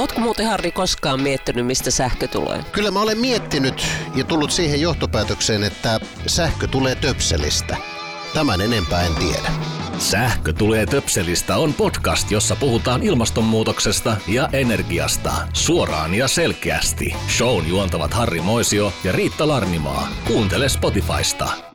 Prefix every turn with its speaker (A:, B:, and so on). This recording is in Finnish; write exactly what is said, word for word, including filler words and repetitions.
A: Ootko muuten, Harri, koskaan miettinyt, mistä sähkö tulee?
B: Kyllä mä olen miettinyt ja tullut siihen johtopäätökseen, että sähkö tulee töpselistä. Tämän enempää en tiedä.
C: Sähkö tulee töpselistä on podcast, jossa puhutaan ilmastonmuutoksesta ja energiasta. Suoraan ja selkeästi. Shown juontavat Harri Moisio ja Riitta Larnimaa. Kuuntele Spotifysta.